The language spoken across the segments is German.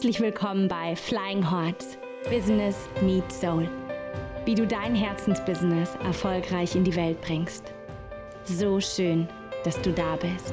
Herzlich willkommen bei Flying Hearts, Business Meets Soul. Wie du dein Herzensbusiness erfolgreich in die Welt bringst. So schön, dass du da bist.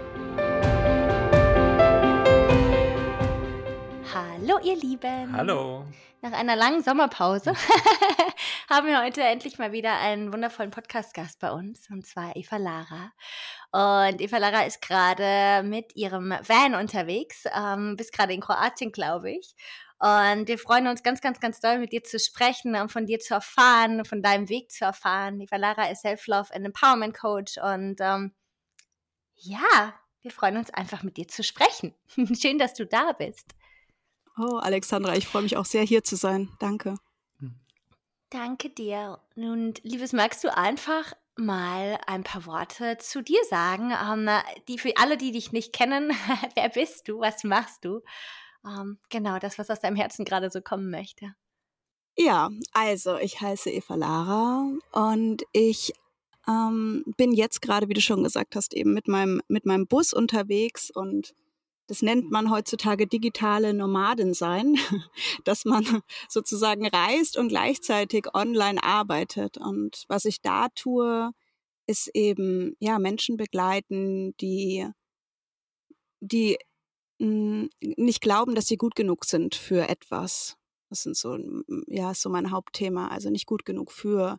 Hallo ihr Lieben. Hallo. Nach einer langen Sommerpause haben wir heute endlich mal wieder einen wundervollen Podcast-Gast bei uns, und zwar Eva Lara. Und Eva Lara ist gerade mit ihrem Van unterwegs, bis gerade in Kroatien, glaube ich. Und wir freuen uns ganz, ganz, ganz doll, mit dir zu sprechen und von dir zu erfahren, von deinem Weg zu erfahren. Eva Lara ist Self-Love and Empowerment Coach und ja, wir freuen uns einfach, mit dir zu sprechen. Schön, dass du da bist. Oh, Alexandra, ich freue mich auch sehr, hier zu sein. Danke. Danke dir. Und Liebes, magst du einfach mal ein paar Worte zu dir sagen? Die für alle, die dich nicht kennen, wer bist du, was machst du? Genau, das, was aus deinem Herzen gerade so kommen möchte. Ja, also ich heiße Eva Lara und ich bin jetzt gerade, wie du schon gesagt hast, eben mit meinem Bus unterwegs, und das nennt man heutzutage digitale Nomadin sein, dass man sozusagen reist und gleichzeitig online arbeitet. Und was ich da tue, ist eben Menschen begleiten, die nicht glauben, dass sie gut genug sind für etwas. Das ist so mein Hauptthema. Also nicht gut genug für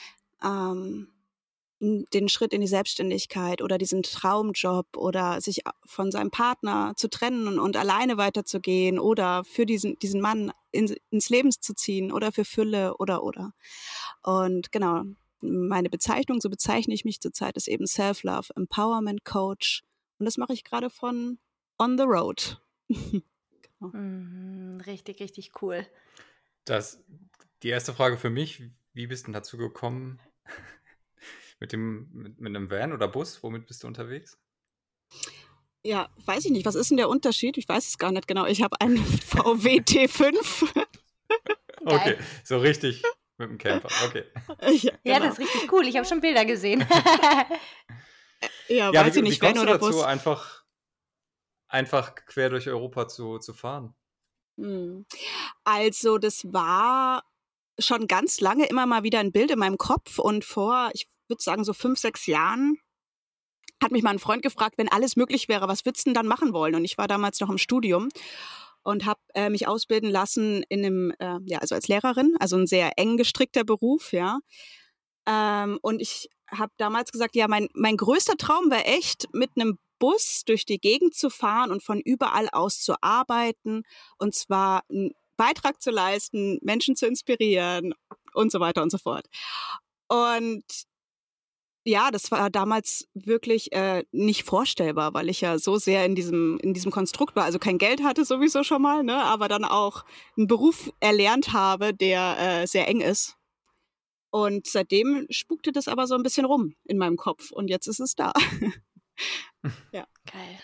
den Schritt in die Selbstständigkeit oder diesen Traumjob oder sich von seinem Partner zu trennen und alleine weiterzugehen oder für diesen Mann ins Leben zu ziehen oder für Fülle oder. Und genau, meine Bezeichnung, so bezeichne ich mich zurzeit, ist eben Self-Love Empowerment Coach. Und das mache ich gerade von On the Road. Genau. Richtig, richtig cool. Die erste Frage für mich: Wie bist du dazu gekommen? Mit einem Van oder Bus? Womit bist du unterwegs? Ja, weiß ich nicht. Was ist denn der Unterschied? Ich weiß es gar nicht genau. Ich habe einen VW T5. Okay, so richtig mit dem Camper. Okay. Ja, das ist richtig cool. Ich habe schon Bilder gesehen. Weiß ich nicht, wie kommst Van du oder dazu, Bus? einfach quer durch Europa zu fahren? Also das war schon ganz lange immer mal wieder ein Bild in meinem Kopf, und vor, ich würde sagen, so 5, 6 Jahren hat mich mal ein Freund gefragt, wenn alles möglich wäre, was würdest du denn dann machen wollen? Und ich war damals noch im Studium und habe mich ausbilden lassen in einem, also als Lehrerin, also ein sehr eng gestrickter Beruf, ja. Und ich habe damals gesagt, ja, mein größter Traum wäre echt, mit einem Bus durch die Gegend zu fahren und von überall aus zu arbeiten, und zwar einen Beitrag zu leisten, Menschen zu inspirieren und so weiter und so fort. Und ja, das war damals wirklich nicht vorstellbar, weil ich ja so sehr in diesem Konstrukt war, also kein Geld hatte sowieso schon mal, ne, aber dann auch einen Beruf erlernt habe, der sehr eng ist. Und seitdem spukte das aber so ein bisschen rum in meinem Kopf, und jetzt ist es da. Ja. Geil.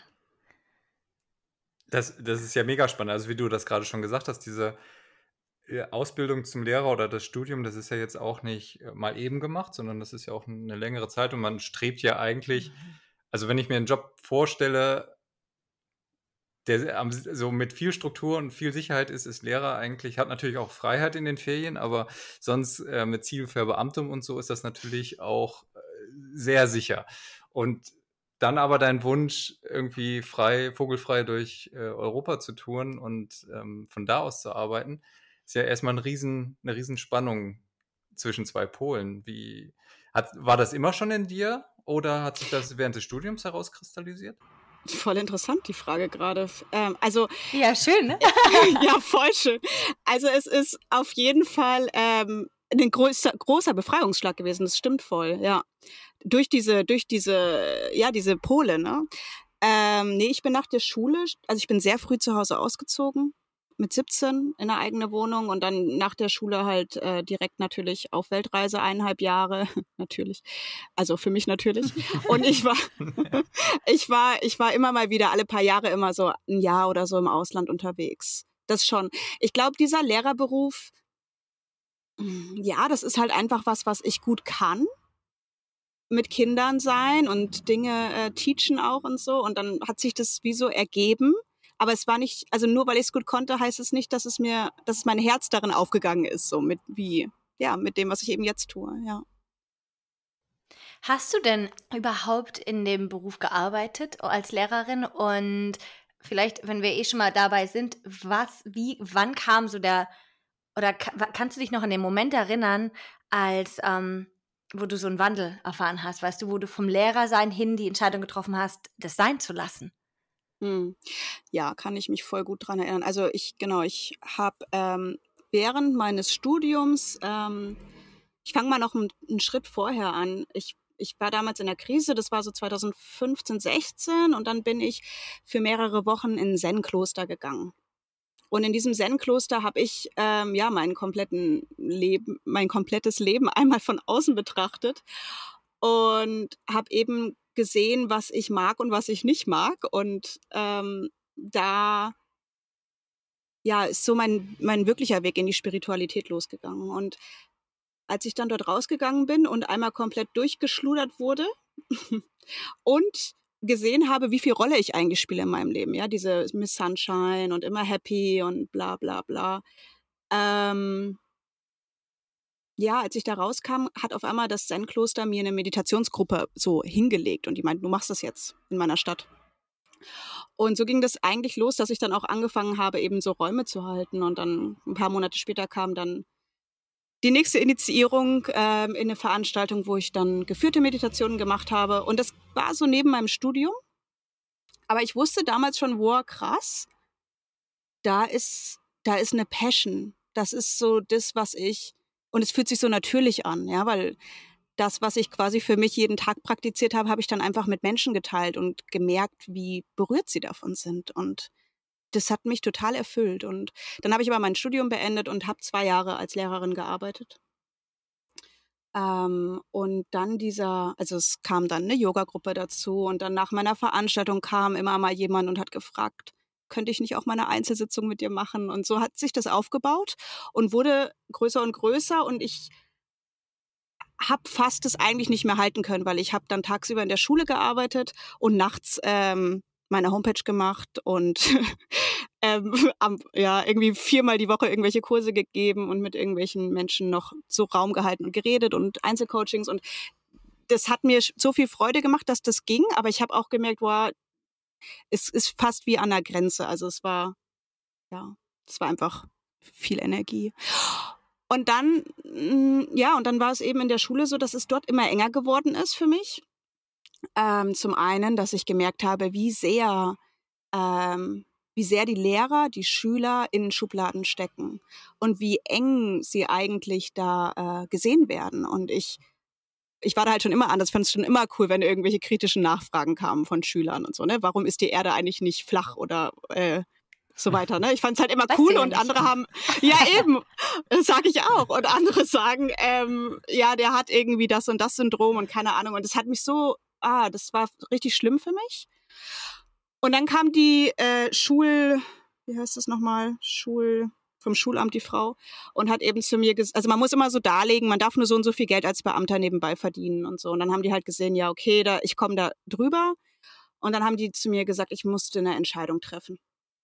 Das ist ja mega spannend. Also wie du das gerade schon gesagt hast, diese Ausbildung zum Lehrer oder das Studium, das ist ja jetzt auch nicht mal eben gemacht, sondern das ist ja auch eine längere Zeit, und man strebt ja eigentlich, also wenn ich mir einen Job vorstelle, der so mit viel Struktur und viel Sicherheit ist Lehrer eigentlich, hat natürlich auch Freiheit in den Ferien, aber sonst mit Ziel für Beamtum und so ist das natürlich auch sehr sicher. Und dann aber dein Wunsch, irgendwie vogelfrei durch Europa zu touren und von da aus zu arbeiten, ist ja erstmal eine riesen Spannung zwischen zwei Polen. War das immer schon in dir oder hat sich das während des Studiums herauskristallisiert? Voll interessant, die Frage gerade. Ja, schön, ne? Ja, voll schön. Also es ist auf jeden Fall ein großer Befreiungsschlag gewesen, das stimmt voll, ja. Durch diese Pole, ne? Ich bin nach der Schule, also ich bin sehr früh zu Hause ausgezogen, mit 17 in eine eigene Wohnung, und dann nach der Schule halt direkt natürlich auf Weltreise, 1,5 Jahre, natürlich. Also für mich natürlich. Und ich war immer mal wieder alle paar Jahre immer so ein Jahr oder so im Ausland unterwegs. Das schon. Ich glaube, dieser Lehrerberuf, ja, das ist halt einfach was ich gut kann. Mit Kindern sein und Dinge teachen auch und so. Und dann hat sich das wie so ergeben. Aber es war nicht, also nur weil ich es gut konnte, heißt es nicht, dass mein Herz darin aufgegangen ist, so mit dem, was ich eben jetzt tue, ja. Hast du denn überhaupt in dem Beruf gearbeitet als Lehrerin? Und vielleicht, wenn wir schon mal dabei sind, wann kam so kannst du dich noch an den Moment erinnern, als wo du so einen Wandel erfahren hast, weißt du, wo du vom Lehrersein hin die Entscheidung getroffen hast, das sein zu lassen? Ja, kann ich mich voll gut dran erinnern. Also ich habe während meines Studiums, ich fange mal noch einen Schritt vorher an. Ich war damals in der Krise, das war so 2015, 16 und dann bin ich für mehrere Wochen in ein Zen-Kloster gegangen. Und in diesem Zen-Kloster habe ich mein komplettes Leben einmal von außen betrachtet und habe eben gesehen, was ich mag und was ich nicht mag. Und da ist so mein wirklicher Weg in die Spiritualität losgegangen. Und als ich dann dort rausgegangen bin und einmal komplett durchgeschludert wurde und gesehen habe, wie viel Rolle ich eigentlich spiele in meinem Leben, ja, diese Miss Sunshine und immer happy und bla bla bla. Als ich da rauskam, hat auf einmal das Zen-Kloster mir eine Meditationsgruppe so hingelegt und die meinten, du machst das jetzt in meiner Stadt. Und so ging das eigentlich los, dass ich dann auch angefangen habe, eben so Räume zu halten und dann ein paar Monate später kam dann die nächste Initiierung in eine Veranstaltung, wo ich dann geführte Meditationen gemacht habe. Und das war so neben meinem Studium. Aber ich wusste damals schon, wow, krass, da ist eine Passion. Das ist so das, und es fühlt sich so natürlich an, ja, weil das, was ich quasi für mich jeden Tag praktiziert habe, habe ich dann einfach mit Menschen geteilt und gemerkt, wie berührt sie davon sind. Und das hat mich total erfüllt. Und dann habe ich aber mein Studium beendet und habe 2 Jahre als Lehrerin gearbeitet. Und dann es kam dann eine Yogagruppe dazu und dann nach meiner Veranstaltung kam immer mal jemand und hat gefragt, könnte ich nicht auch mal eine Einzelsitzung mit dir machen? Und so hat sich das aufgebaut und wurde größer und größer und ich habe fast das eigentlich nicht mehr halten können, weil ich habe dann tagsüber in der Schule gearbeitet und nachts meine Homepage gemacht und irgendwie 4-mal die Woche irgendwelche Kurse gegeben und mit irgendwelchen Menschen noch so Raum gehalten und geredet und Einzelcoachings. Und das hat mir so viel Freude gemacht, dass das ging. Aber ich habe auch gemerkt, wow, es ist fast wie an der Grenze. Also es war einfach viel Energie. Und dann, war es eben in der Schule so, dass es dort immer enger geworden ist für mich. Zum einen, dass ich gemerkt habe, wie sehr die Lehrer, die Schüler in Schubladen stecken und wie eng sie eigentlich da gesehen werden. Und ich war da halt schon immer anders, fand es schon immer cool, wenn irgendwelche kritischen Nachfragen kamen von Schülern und so, ne? Warum ist die Erde eigentlich nicht flach oder so weiter, ne? Ich fand es halt immer cool und andere haben, ja eben, das sage ich auch. Und andere sagen, der hat irgendwie das und das Syndrom und keine Ahnung. Und das hat mich so, das war richtig schlimm für mich. Und dann kam die wie heißt das nochmal? Vom Schulamt die Frau und hat eben zu mir gesagt, also man muss immer so darlegen, man darf nur so und so viel Geld als Beamter nebenbei verdienen und so. Und dann haben die halt gesehen, ja okay, ich komme da drüber. Und dann haben die zu mir gesagt, ich musste eine Entscheidung treffen,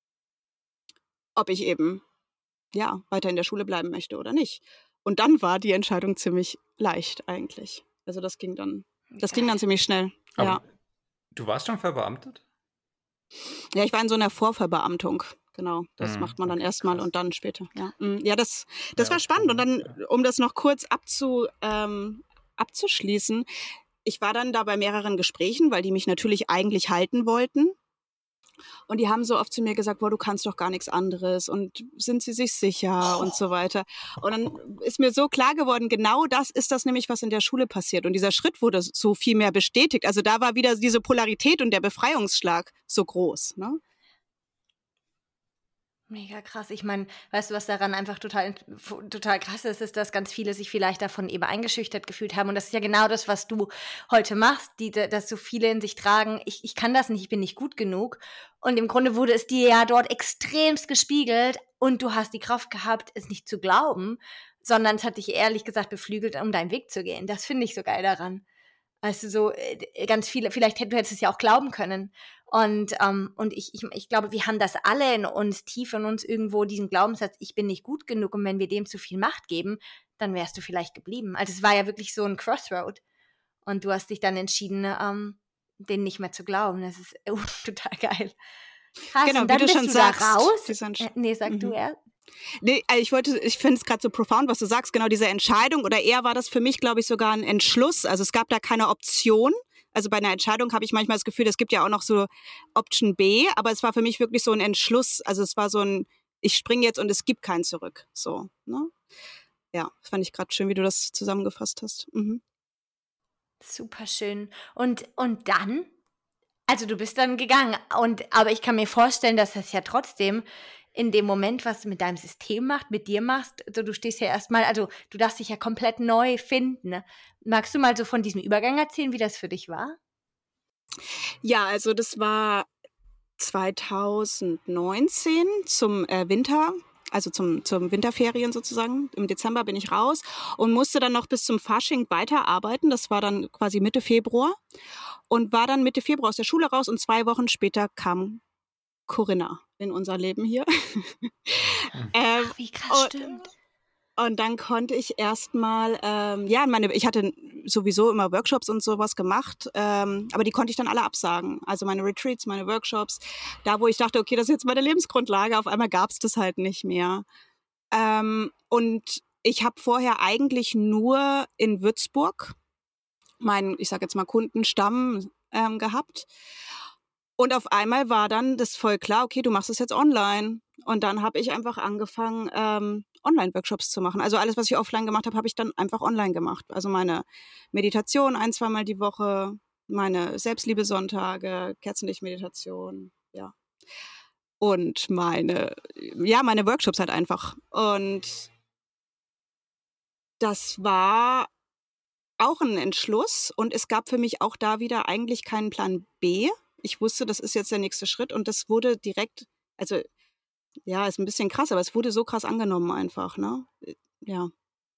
ob ich eben weiter in der Schule bleiben möchte oder nicht. Und dann war die Entscheidung ziemlich leicht eigentlich. Also das ging dann ziemlich schnell. Aber ja. Du warst schon verbeamtet? Ja, ich war in so einer Vorverbeamtung. Genau, das macht man dann erstmal und dann später. Ja, das war spannend. Und dann, um das noch kurz abzuschließen, ich war dann da bei mehreren Gesprächen, weil die mich natürlich eigentlich halten wollten. Und die haben so oft zu mir gesagt, du kannst doch gar nichts anderes und sind sie sich sicher und so weiter. Und dann ist mir so klar geworden, genau das ist das nämlich, was in der Schule passiert. Und dieser Schritt wurde so viel mehr bestätigt. Also da war wieder diese Polarität und der Befreiungsschlag so groß, ne? Mega krass. Ich meine, weißt du, was daran einfach total krass ist, dass ganz viele sich vielleicht davon eben eingeschüchtert gefühlt haben. Und das ist ja genau das, was du heute machst, dass so viele in sich tragen, ich kann das nicht, ich bin nicht gut genug. Und im Grunde wurde es dir ja dort extremst gespiegelt und du hast die Kraft gehabt, es nicht zu glauben, sondern es hat dich ehrlich gesagt beflügelt, um deinen Weg zu gehen. Das finde ich so geil daran. Also so ganz viele, vielleicht du hättest es ja auch glauben können. Und ich glaube, wir haben das alle in uns, tief in uns irgendwo, diesen Glaubenssatz, ich bin nicht gut genug, und wenn wir dem zu viel Macht geben, dann wärst du vielleicht geblieben. Also es war ja wirklich so ein Crossroad. Und du hast dich dann entschieden, denen nicht mehr zu glauben. Das ist total geil. Krass, Genau, und dann wie du bist schon du sagst. da raus. Nee, sag du Mhm. erst. Nee, ich finde es gerade so profound, was du sagst, genau diese Entscheidung, oder eher war das für mich, glaube ich, sogar ein Entschluss. Also es gab da keine Option. Also bei einer Entscheidung habe ich manchmal das Gefühl, es gibt ja auch noch so Option B, aber es war für mich wirklich so ein Entschluss. Also es war so ein, ich springe jetzt und es gibt kein Zurück. So, ne? Ja, das fand ich gerade schön, wie du das zusammengefasst hast. Mhm. Super schön. Und dann? Also du bist dann gegangen, aber ich kann mir vorstellen, dass das ja trotzdem in dem Moment, was mit deinem System macht, mit dir machst, also du stehst ja erstmal, also du darfst dich ja komplett neu finden. Ne? Magst du mal so von diesem Übergang erzählen, wie das für dich war? Ja, also das war 2019 zum Winter, also zum Winterferien sozusagen. Im Dezember bin ich raus und musste dann noch bis zum Fasching weiterarbeiten. Das war dann quasi Mitte Februar und war dann Mitte Februar aus der Schule raus und 2 Wochen später kam Corinna in unser Leben hier. Ach, wie krass, und, stimmt. und dann konnte ich erstmal, ich hatte sowieso immer Workshops und sowas gemacht, aber die konnte ich dann alle absagen. Also meine Retreats, meine Workshops, da wo ich dachte, okay, das ist jetzt meine Lebensgrundlage, auf einmal gab es das halt nicht mehr. Und ich habe vorher eigentlich nur in Würzburg meinen, ich sage jetzt mal, Kundenstamm gehabt. Und auf einmal war dann das voll klar, okay, du machst es jetzt online. Und dann habe ich einfach angefangen, Online-Workshops zu machen. Also alles, was ich offline gemacht habe, habe ich dann einfach online gemacht. Also meine Meditation 1-2 Mal die Woche, meine Selbstliebe-Sonntage, Kerzenlicht-Meditation, ja. Und meine Workshops halt einfach. Und das war auch ein Entschluss. Und es gab für mich auch da wieder eigentlich keinen Plan B. Ich wusste, das ist jetzt der nächste Schritt. Und das wurde direkt, also ja, ist ein bisschen krass, aber es wurde so krass angenommen einfach, ne? Ja.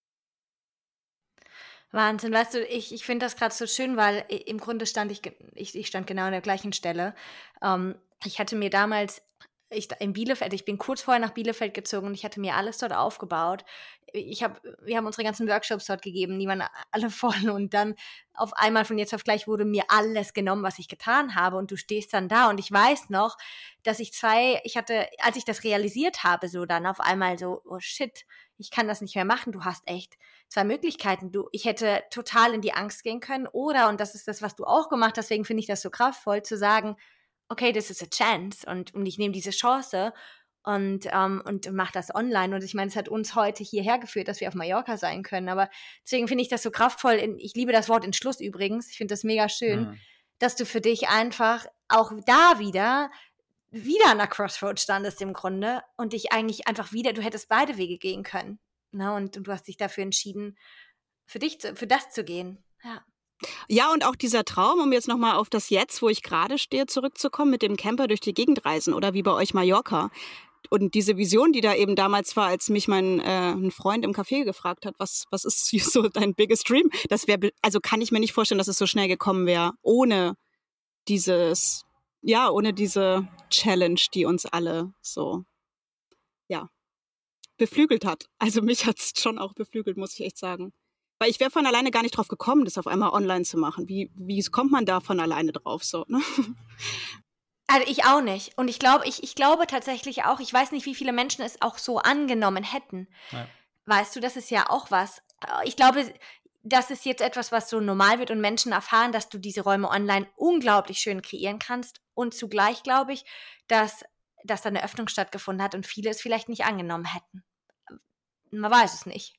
Wahnsinn, weißt du, ich finde das gerade so schön, weil im Grunde stand ich stand genau an der gleichen Stelle. Ich hatte mir damals, in Bielefeld, ich bin kurz vorher nach Bielefeld gezogen und ich hatte mir alles dort aufgebaut. Wir haben unsere ganzen Workshops dort gegeben, die waren alle voll, und dann auf einmal von jetzt auf gleich wurde mir alles genommen, was ich getan habe, und du stehst dann da, und ich weiß noch, dass als ich das realisiert habe, so dann auf einmal so, oh shit, ich kann das nicht mehr machen, du hast echt 2 Möglichkeiten. Ich hätte total in die Angst gehen können, oder, und das ist das, was du auch gemacht hast, deswegen finde ich das so kraftvoll, zu sagen, okay, this is a chance, und ich nehme diese Chance und mache das online. Und ich meine, es hat uns heute hierher geführt, dass wir auf Mallorca sein können. Aber deswegen finde ich das so kraftvoll. Ich liebe das Wort Entschluss übrigens. Ich finde das mega schön, dass du für dich einfach auch da wieder an der Crossroad standest im Grunde und dich eigentlich einfach du hättest beide Wege gehen können. Ne? Und du hast dich dafür entschieden, für das zu gehen. Ja. Ja, und auch dieser Traum, um jetzt nochmal auf das Jetzt, wo ich gerade stehe, zurückzukommen, mit dem Camper durch die Gegend reisen oder wie bei euch Mallorca. Und diese Vision, die da eben damals war, als mich ein Freund im Café gefragt hat, was ist so dein biggest dream? Also kann ich mir nicht vorstellen, dass es so schnell gekommen wäre, ohne diese Challenge, die uns alle so, ja, beflügelt hat. Also mich hat es schon auch beflügelt, muss ich echt sagen. Weil ich wäre von alleine gar nicht drauf gekommen, das auf einmal online zu machen. Wie kommt man da von alleine drauf so, ne? Also ich auch nicht. Und ich glaube tatsächlich auch, ich weiß nicht, wie viele Menschen es auch so angenommen hätten. Ja. Weißt du, das ist ja auch was. Ich glaube, das ist jetzt etwas, was so normal wird und Menschen erfahren, dass du diese Räume online unglaublich schön kreieren kannst. Und zugleich glaube ich, dass da eine Öffnung stattgefunden hat und viele es vielleicht nicht angenommen hätten. Man weiß es nicht.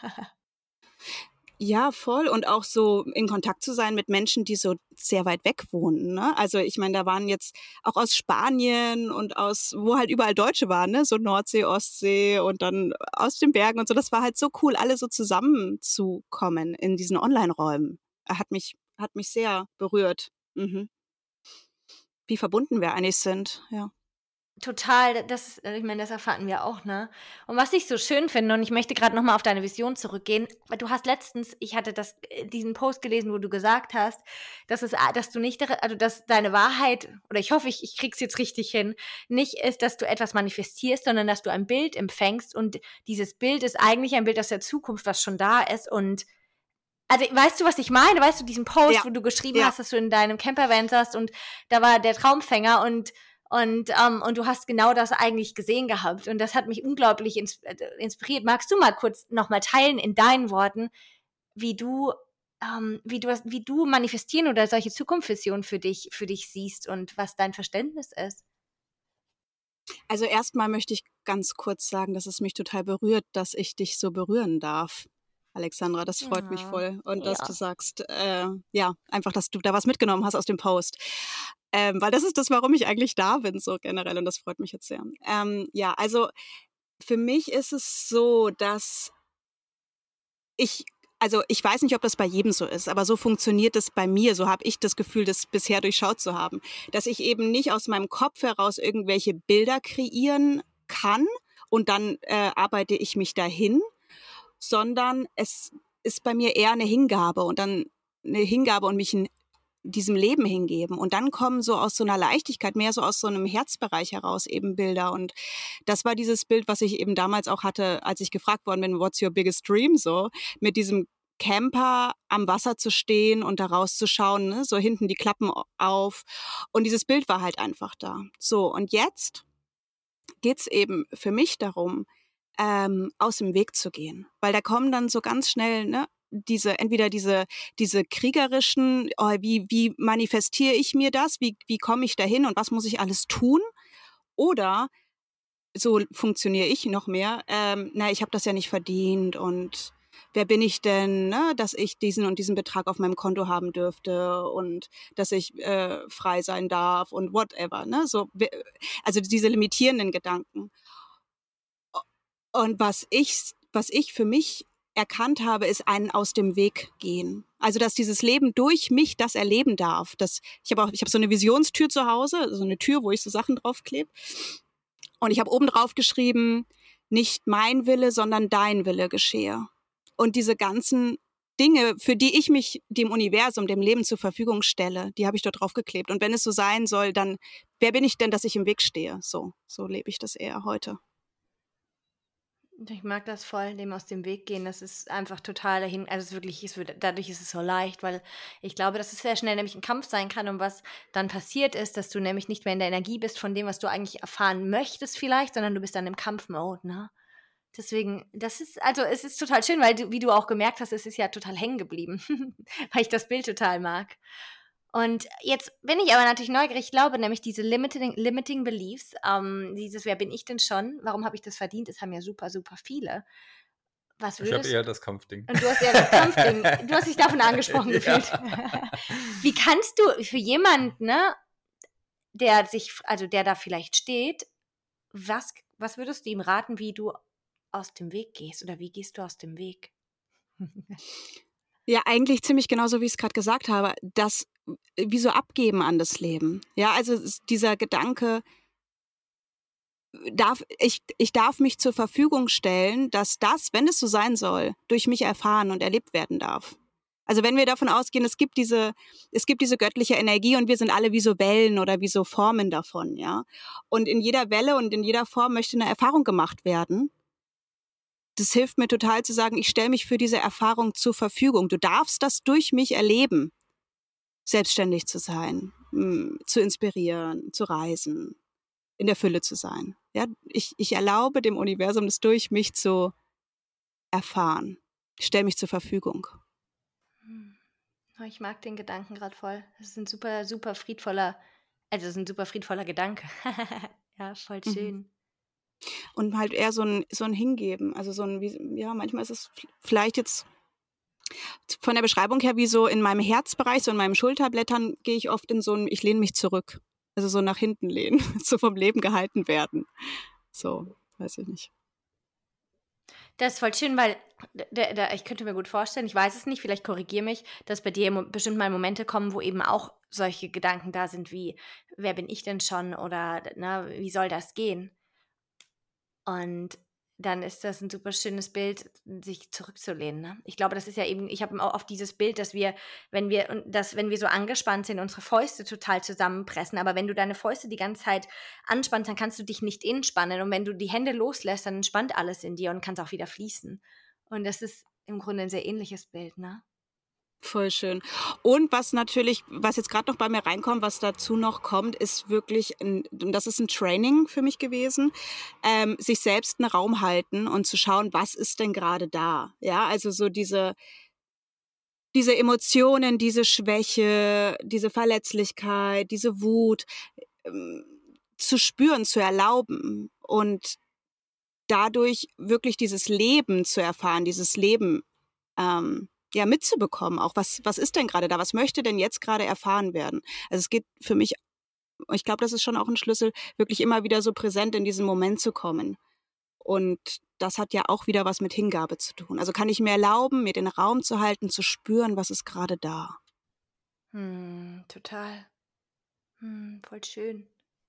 Ja, voll. Und auch so in Kontakt zu sein mit Menschen, die so sehr weit weg wohnen. Ne? Also ich meine, da waren jetzt auch aus Spanien und wo halt überall Deutsche waren, ne? So Nordsee, Ostsee und dann aus den Bergen und so. Das war halt so cool, alle so zusammenzukommen in diesen Online-Räumen. Hat mich sehr berührt. Mhm. Wie verbunden wir eigentlich sind, ja. Total, ich meine, das erfahren wir auch, ne? Und was ich so schön finde, und ich möchte gerade nochmal auf deine Vision zurückgehen, weil du hast letztens, ich hatte diesen Post gelesen, wo du gesagt hast, dass du nicht, also dass deine Wahrheit, oder ich hoffe, ich krieg's jetzt richtig hin, nicht ist, dass du etwas manifestierst, sondern dass du ein Bild empfängst und dieses Bild ist eigentlich ein Bild aus der Zukunft, was schon da ist und also, weißt du, was ich meine? Weißt du, diesen Post, Ja, wo du geschrieben ja. hast, dass du in deinem Campervan saßt und da war der Traumfänger und du hast genau das eigentlich gesehen gehabt. Und das hat mich unglaublich inspiriert. Magst du mal kurz nochmal teilen in deinen Worten, wie du manifestieren oder solche Zukunftsvisionen für dich siehst und was dein Verständnis ist? Also erstmal möchte ich ganz kurz sagen, dass es mich total berührt, dass ich dich so berühren darf. Alexandra, das freut mich voll. Und dass du Ja. sagst, ja, einfach, dass du da was mitgenommen hast aus dem Post. Weil das ist das, warum ich eigentlich da bin, so generell. Und das freut mich jetzt sehr. Ja, also für mich ist es so, dass ich weiß nicht, ob das bei jedem so ist, aber so funktioniert es bei mir. So habe ich das Gefühl, das bisher durchschaut zu haben. Dass ich eben nicht aus meinem Kopf heraus irgendwelche Bilder kreieren kann und dann arbeite ich mich dahin, sondern es ist bei mir eher eine Hingabe und mich in diesem Leben hingeben. Und dann kommen so aus so einer Leichtigkeit, mehr so aus so einem Herzbereich heraus eben Bilder. Und das war dieses Bild, was ich eben damals auch hatte, als ich gefragt worden bin, what's your biggest dream? So, mit diesem Camper am Wasser zu stehen und da rauszuschauen, ne? So hinten die Klappen auf. Und dieses Bild war halt einfach da. So, und jetzt geht's eben für mich darum, aus dem Weg zu gehen. Weil da kommen dann so ganz schnell, ne, entweder diese kriegerischen, oh, wie manifestiere ich mir das? Wie komme ich dahin und was muss ich alles tun? Oder so funktioniere ich noch mehr. Ich habe das ja nicht verdient und wer bin ich denn, ne, dass ich diesen und diesen Betrag auf meinem Konto haben dürfte und dass ich frei sein darf und whatever, ne? So, also diese limitierenden Gedanken. Und was ich für mich erkannt habe, ist ein aus dem Weg gehen. Also, dass dieses Leben durch mich das erleben darf. Ich habe so eine Visionstür zu Hause, so eine Tür, wo ich so Sachen draufklebe. Und ich habe oben drauf geschrieben, nicht mein Wille, sondern dein Wille geschehe. Und diese ganzen Dinge, für die ich mich dem Universum, dem Leben zur Verfügung stelle, die habe ich dort draufgeklebt. Und wenn es so sein soll, dann wer bin ich denn, dass ich im Weg stehe? So lebe ich das eher heute. Ich mag das voll, dem aus dem Weg gehen. Das ist einfach total dahin. Also es ist wirklich, dadurch ist es so leicht, weil ich glaube, dass es sehr schnell nämlich ein Kampf sein kann. Und was dann passiert ist, dass du nämlich nicht mehr in der Energie bist von dem, was du eigentlich erfahren möchtest vielleicht, sondern du bist dann im Kampfmode, ne? Deswegen, es ist total schön, weil wie du auch gemerkt hast, es ist ja total hängen geblieben, weil ich das Bild total mag. Und jetzt bin ich aber natürlich neugierig. Ich glaube nämlich, diese limiting Beliefs, dieses wer bin ich denn schon, warum habe ich das verdient, das haben ja super, super viele. Ich habe eher das Kampfding. Und du hast eher das Kampfding. Du hast dich davon angesprochen gefühlt. Wie kannst du für jemanden, ne, der da vielleicht steht, was würdest du ihm raten, wie du aus dem Weg gehst oder wie gehst du aus dem Weg? Ja, eigentlich ziemlich genauso, wie ich es gerade gesagt habe, das wie so abgeben an das Leben. Ja, also dieser Gedanke, ich darf mich zur Verfügung stellen, dass das, wenn es so sein soll, durch mich erfahren und erlebt werden darf. Also wenn wir davon ausgehen, es gibt diese göttliche Energie und wir sind alle wie so Wellen oder wie so Formen davon, ja. Und in jeder Welle und in jeder Form möchte eine Erfahrung gemacht werden. Das hilft mir total zu sagen, ich stelle mich für diese Erfahrung zur Verfügung. Du darfst das durch mich erleben, selbstständig zu sein, zu inspirieren, zu reisen, in der Fülle zu sein. Ja, ich erlaube dem Universum, das durch mich zu erfahren. Ich stelle mich zur Verfügung. Ich mag den Gedanken gerade voll. Das ist ein super, super friedvoller Gedanke. Ja, voll schön. Und halt eher so ein Hingeben. Also manchmal ist es vielleicht jetzt von der Beschreibung her wie so in meinem Herzbereich, so in meinem Schulterblättern gehe ich oft in so ein, ich lehne mich zurück. Also so nach hinten lehnen, so vom Leben gehalten werden. So, weiß ich nicht. Das ist voll schön, weil ich könnte mir gut vorstellen, ich weiß es nicht, vielleicht korrigiere mich, dass bei dir bestimmt mal Momente kommen, wo eben auch solche Gedanken da sind wie, wer bin ich denn schon oder ne, wie soll das gehen? Und dann ist das ein super schönes Bild, sich zurückzulehnen. Ne? Ich glaube, das ist ja eben, ich habe auch oft dieses Bild, dass wenn wir so angespannt sind, unsere Fäuste total zusammenpressen. Aber wenn du deine Fäuste die ganze Zeit anspannst, dann kannst du dich nicht entspannen. Und wenn du die Hände loslässt, dann entspannt alles in dir und kannst auch wieder fließen. Und das ist im Grunde ein sehr ähnliches Bild, ne? Voll schön. Und was jetzt gerade noch bei mir reinkommt, was dazu noch kommt, ist wirklich, und das ist ein Training für mich gewesen, sich selbst einen Raum halten und zu schauen, was ist denn gerade da? Ja, also so diese Emotionen, diese Schwäche, diese Verletzlichkeit, diese Wut zu spüren, zu erlauben und dadurch wirklich dieses Leben zu erfahren, dieses Leben mitzubekommen, auch was ist denn gerade da, was möchte denn jetzt gerade erfahren werden? Also es geht für mich, ich glaube, das ist schon auch ein Schlüssel, wirklich immer wieder so präsent in diesen Moment zu kommen. Und das hat ja auch wieder was mit Hingabe zu tun. Also kann ich mir erlauben, mir den Raum zu halten, zu spüren, was ist gerade da. Total. Voll schön.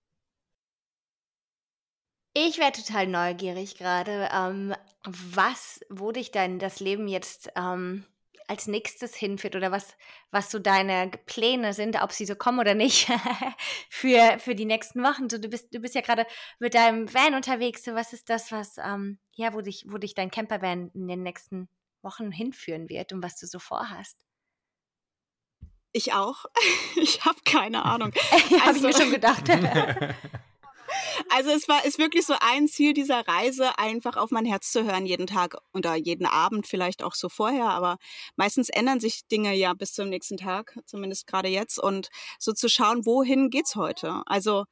Ich wäre total neugierig gerade, wo dich denn das Leben jetzt als nächstes hinführt oder was so deine Pläne sind, ob sie so kommen oder nicht, für die nächsten Wochen. So, du bist ja gerade mit deinem Van unterwegs. So, was ist das, wo dich dein Campervan in den nächsten Wochen hinführen wird und was du so vorhast? Ich auch. Ich habe keine Ahnung. Habe ich mir schon gedacht. Also ist wirklich so ein Ziel dieser Reise, einfach auf mein Herz zu hören jeden Tag oder jeden Abend vielleicht auch so vorher, aber meistens ändern sich Dinge ja bis zum nächsten Tag, zumindest gerade jetzt, und so zu schauen, wohin geht's heute? Also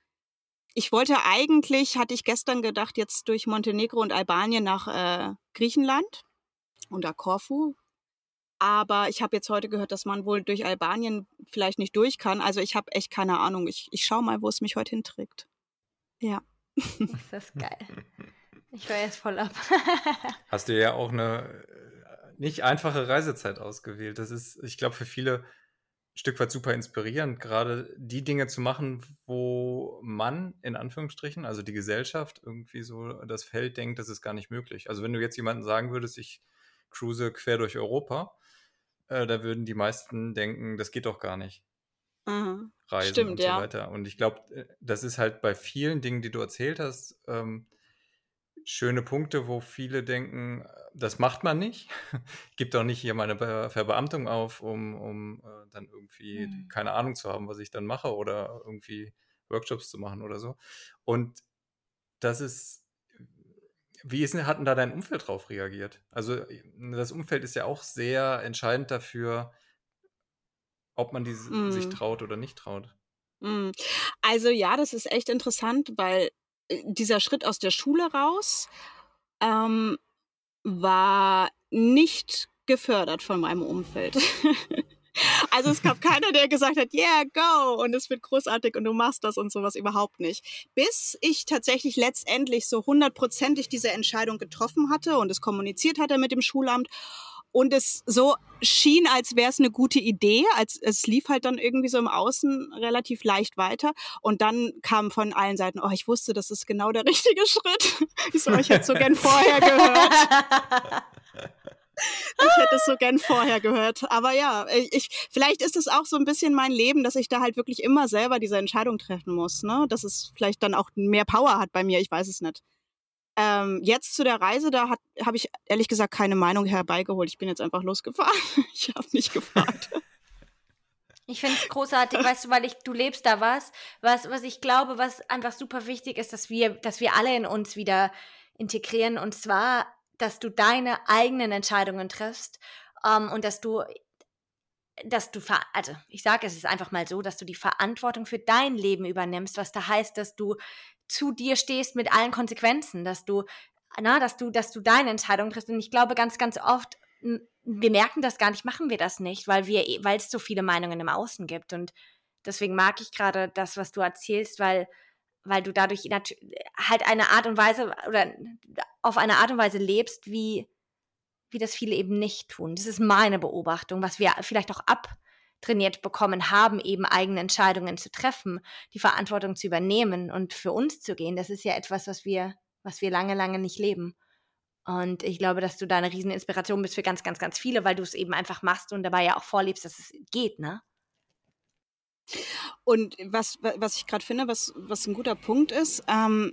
hatte ich gestern gedacht, jetzt durch Montenegro und Albanien nach Griechenland oder Korfu. Aber ich habe jetzt heute gehört, dass man wohl durch Albanien vielleicht nicht durch kann. Also ich habe echt keine Ahnung. Ich schaue mal, wo es mich heute hinträgt. Ja. Das ist geil. Ich war jetzt voll ab. Hast du ja auch eine nicht einfache Reisezeit ausgewählt. Das ist, ich glaube, für viele ein Stück weit super inspirierend, gerade die Dinge zu machen, wo man, in Anführungsstrichen, also die Gesellschaft, irgendwie so das Feld denkt, das ist gar nicht möglich. Also wenn du jetzt jemandem sagen würdest, ich cruise quer durch Europa, da würden die meisten denken, das geht doch gar nicht. Reisen Stimmt, und so ja. weiter. Und ich glaube, das ist halt bei vielen Dingen, die du erzählt hast, schöne Punkte, wo viele denken, das macht man nicht. Ich gebe doch nicht hier meine Verbeamtung auf, um dann irgendwie keine Ahnung zu haben, was ich dann mache oder irgendwie Workshops zu machen oder so. Und das ist, hat denn da dein Umfeld drauf reagiert? Also das Umfeld ist ja auch sehr entscheidend dafür, ob man sich traut oder nicht traut. Also ja, das ist echt interessant, weil dieser Schritt aus der Schule raus war nicht gefördert von meinem Umfeld. Also es gab keiner, der gesagt hat, yeah, go, und es wird großartig und du machst das und sowas, überhaupt nicht. Bis ich tatsächlich letztendlich so 100%ig diese Entscheidung getroffen hatte und es kommuniziert hatte mit dem Schulamt und es so schien, als wäre es eine gute Idee, es lief halt dann irgendwie so im Außen relativ leicht weiter und dann kam von allen Seiten, oh, ich wusste, das ist genau der richtige Schritt. Ich so, ich hätte es so gern vorher gehört. Ich hätte es so gern vorher gehört. Aber ja, vielleicht ist es auch so ein bisschen mein Leben, dass ich da halt wirklich immer selber diese Entscheidung treffen muss, ne? Dass es vielleicht dann auch mehr Power hat bei mir, ich weiß es nicht. Jetzt zu der Reise, da habe ich ehrlich gesagt keine Meinung herbeigeholt. Ich bin jetzt einfach losgefahren. Ich habe nicht gefragt. Ich finde es großartig, weißt du, weil du lebst da was ich glaube, was einfach super wichtig ist, dass wir alle in uns wieder integrieren, und zwar, dass du deine eigenen Entscheidungen triffst und also ich sage es ist einfach mal so, dass du die Verantwortung für dein Leben übernimmst, was da heißt, dass du zu dir stehst mit allen Konsequenzen, dass du deine Entscheidung triffst. Und ich glaube, ganz, ganz oft, wir merken das gar nicht, machen wir das nicht, weil es so viele Meinungen im Außen gibt. Und deswegen mag ich gerade das, was du erzählst, weil du dadurch halt eine Art und Weise oder auf eine Art und Weise lebst, wie das viele eben nicht tun. Das ist meine Beobachtung, was wir vielleicht auch trainiert bekommen haben, eben eigene Entscheidungen zu treffen, die Verantwortung zu übernehmen und für uns zu gehen. Das ist ja etwas, was wir lange, lange nicht leben. Und ich glaube, dass du da eine riesen Inspiration bist für ganz, ganz, ganz viele, weil du es eben einfach machst und dabei ja auch vorlebst, dass es geht, ne? Und was ich gerade finde, was ein guter Punkt ist,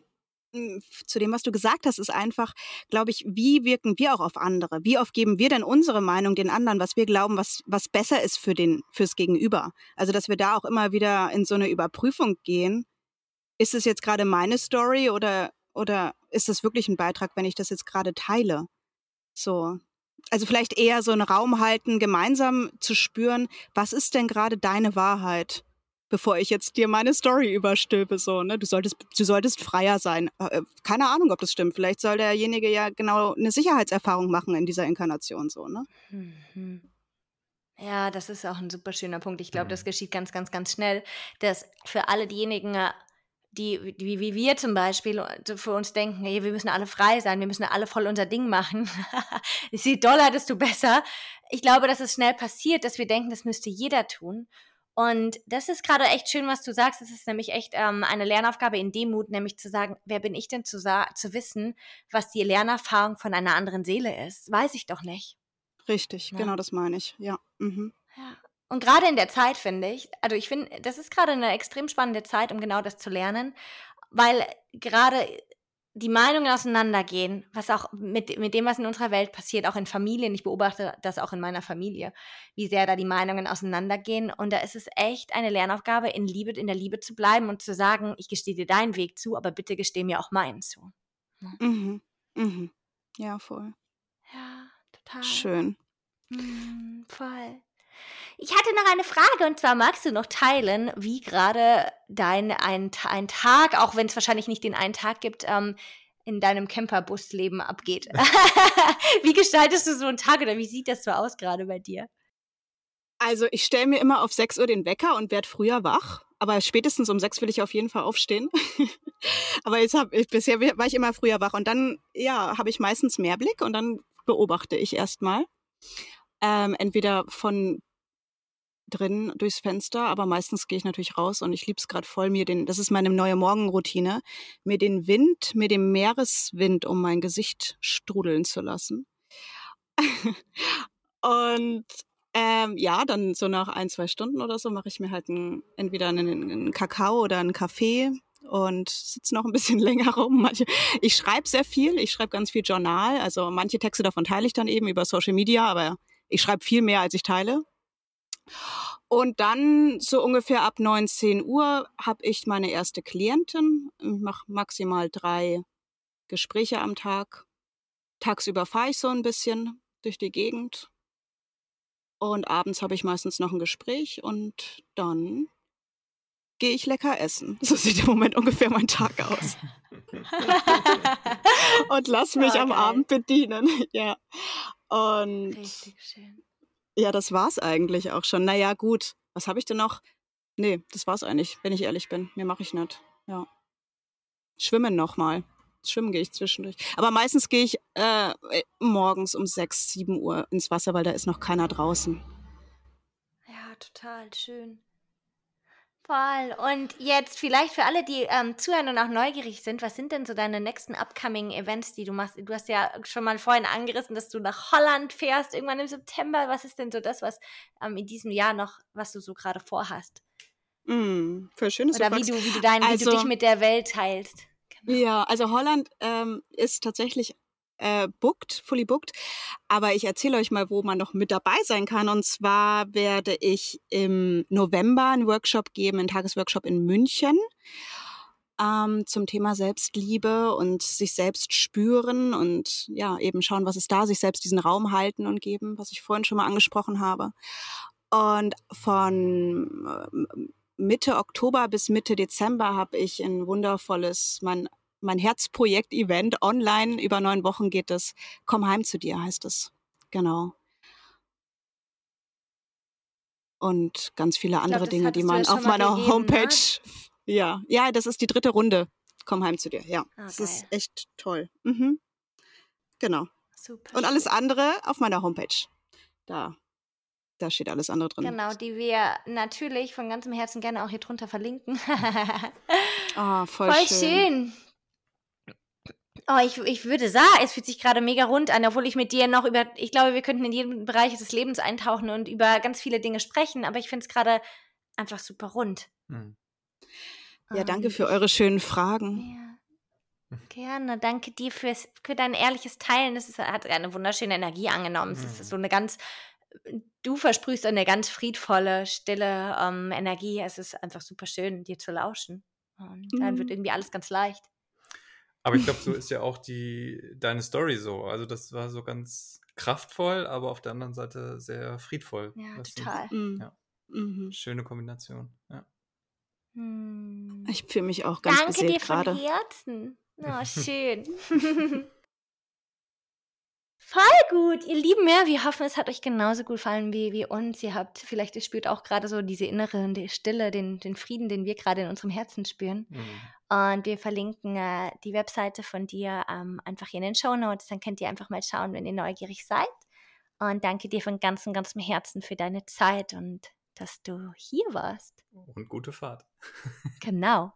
zu dem, was du gesagt hast, ist einfach, glaube ich, wie wirken wir auch auf andere? Wie oft geben wir denn unsere Meinung den anderen, was wir glauben, was besser ist fürs Gegenüber? Also, dass wir da auch immer wieder in so eine Überprüfung gehen. Ist es jetzt gerade meine Story oder ist das wirklich ein Beitrag, wenn ich das jetzt gerade teile? So. Also vielleicht eher so einen Raum halten, gemeinsam zu spüren, was ist denn gerade deine Wahrheit? Bevor ich jetzt dir meine Story überstülpe, so, ne? Du solltest freier sein. Keine Ahnung, ob das stimmt. Vielleicht soll derjenige ja genau eine Sicherheitserfahrung machen in dieser Inkarnation, so, ne? Mhm. Ja, das ist auch ein super schöner Punkt. Ich glaube, das geschieht ganz, ganz, ganz schnell, dass für alle diejenigen, die wie wir zum Beispiel für uns denken, hey, wir müssen alle frei sein, wir müssen alle voll unser Ding machen. Je doller, desto besser. Ich glaube, dass es schnell passiert, dass wir denken, das müsste jeder tun. Und das ist gerade echt schön, was du sagst. Das ist nämlich echt eine Lernaufgabe in Demut, nämlich zu sagen, wer bin ich denn zu wissen, was die Lernerfahrung von einer anderen Seele ist? Weiß ich doch nicht. Richtig, Ja. genau das meine ich, ja. Mhm. Ja. Und gerade in der Zeit, finde ich, also ich finde, das ist gerade eine extrem spannende Zeit, um genau das zu lernen, weil gerade die Meinungen auseinandergehen, was auch mit dem, was in unserer Welt passiert, auch in Familien. Ich beobachte das auch in meiner Familie, wie sehr da die Meinungen auseinandergehen. Und da ist es echt eine Lernaufgabe, in der Liebe zu bleiben und zu sagen, ich gestehe dir deinen Weg zu, aber bitte gesteh mir auch meinen zu. Mhm. Mhm. Ja, voll. Ja, total. Schön. Voll. Ich hatte noch eine Frage, und zwar magst du noch teilen, wie gerade ein Tag, auch wenn es wahrscheinlich nicht den einen Tag gibt, in deinem Camperbusleben abgeht. Wie gestaltest du so einen Tag oder wie sieht das so aus gerade bei dir? Also ich stelle mir immer auf 6 Uhr den Wecker und werde früher wach. Aber spätestens um 6 will ich auf jeden Fall aufstehen. Aber bisher war ich immer früher wach. Und dann, ja, habe ich meistens mehr Blick und dann beobachte ich erstmal. Entweder von drin durchs Fenster, aber meistens gehe ich natürlich raus und ich liebe es gerade voll, das ist meine neue Morgenroutine, mir den Meereswind um mein Gesicht strudeln zu lassen. Und ja, dann so nach 1-2 Stunden oder so mache ich mir halt entweder einen Kakao oder einen Kaffee und sitze noch ein bisschen länger rum. Ich schreibe sehr viel, ich schreibe ganz viel Journal, also manche Texte davon teile ich dann eben über Social Media, aber ich schreibe viel mehr, als ich teile. Und dann so ungefähr ab 19 Uhr habe ich meine erste Klientin. Ich mache maximal 3 Gespräche am Tag. Tagsüber fahre ich so ein bisschen durch die Gegend. Und abends habe ich meistens noch ein Gespräch und dann gehe ich lecker essen. So sieht im Moment ungefähr mein Tag aus. Und lass mich am Abend bedienen. Ja. Und Richtig schön. ja, das war's eigentlich auch schon. Naja, gut. Was habe ich denn noch? Nee, das war's eigentlich, wenn ich ehrlich bin. Mehr mache ich nicht. Ja. Schwimmen nochmal. Schwimmen gehe ich zwischendurch. Aber meistens gehe ich morgens um 6, 7 Uhr ins Wasser, weil da ist noch keiner draußen. Ja, total schön. Voll. Und jetzt vielleicht für alle, die zuhören und auch neugierig sind, was sind denn so deine nächsten upcoming Events, die du machst? Du hast ja schon mal vorhin angerissen, dass du nach Holland fährst, irgendwann im September. Was ist denn so das, was in diesem Jahr noch, was du so gerade vorhast? Voll schön, dass Oder du wie fragst. wie du dich mit der Welt teilst. Genau. Ja, also Holland ist tatsächlich fully booked. Aber ich erzähle euch mal, wo man noch mit dabei sein kann. Und zwar werde ich im November einen Workshop geben, einen Tagesworkshop in München zum Thema Selbstliebe und sich selbst spüren und ja, eben schauen, was ist da, sich selbst diesen Raum halten und geben, was ich vorhin schon mal angesprochen habe. Und von Mitte Oktober bis Mitte Dezember habe ich ein wundervolles, mein Herzprojekt-Event online. Über 9 Wochen geht es. Komm heim zu dir, heißt es. Genau. Und ganz viele andere Dinge, die man auf meiner Homepage... Ne? Ja, das ist die 3. Runde. Komm heim zu dir, ja. Das ist echt toll. Mhm. Genau. Super. Und alles andere auf meiner Homepage. Da Da steht alles andere drin. Genau, die wir natürlich von ganzem Herzen gerne auch hier drunter verlinken. Voll Voll schön. schön. Oh, ich würde sagen, es fühlt sich gerade mega rund an, obwohl ich mit dir noch ich glaube, wir könnten in jeden Bereich des Lebens eintauchen und über ganz viele Dinge sprechen, aber ich finde es gerade einfach super rund. Ja, danke Und für eure schönen Fragen. Ja, gerne. Danke dir für dein ehrliches Teilen. Hat eine wunderschöne Energie angenommen. Es ist so eine du versprühst eine ganz friedvolle, stille Energie. Es ist einfach super schön, dir zu lauschen. Und dann wird irgendwie alles ganz leicht. Aber ich glaube, so ist ja auch deine Story so. Also das war so ganz kraftvoll, aber auf der anderen Seite sehr friedvoll. Ja, Weißt du? total. Ja. Schöne Kombination. Ja. Ich fühle mich auch ganz Danke beseelt dir von gerade. Herzen. Oh, schön. Voll gut, ihr Lieben. Ja, wir hoffen, es hat euch genauso gut gefallen wie uns. Ihr spürt auch gerade so diese innere Stille, den Frieden, den wir gerade in unserem Herzen spüren. Und wir verlinken die Webseite von dir einfach hier in den Shownotes. Dann könnt ihr einfach mal schauen, wenn ihr neugierig seid. Und danke dir von ganzem Herzen für deine Zeit und dass du hier warst. Und gute Fahrt. Genau.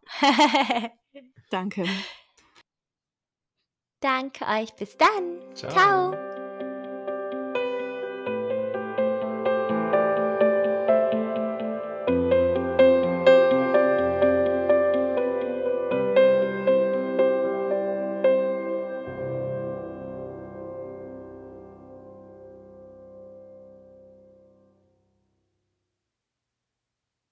Danke. Danke euch. Bis dann. Ciao. Ciao.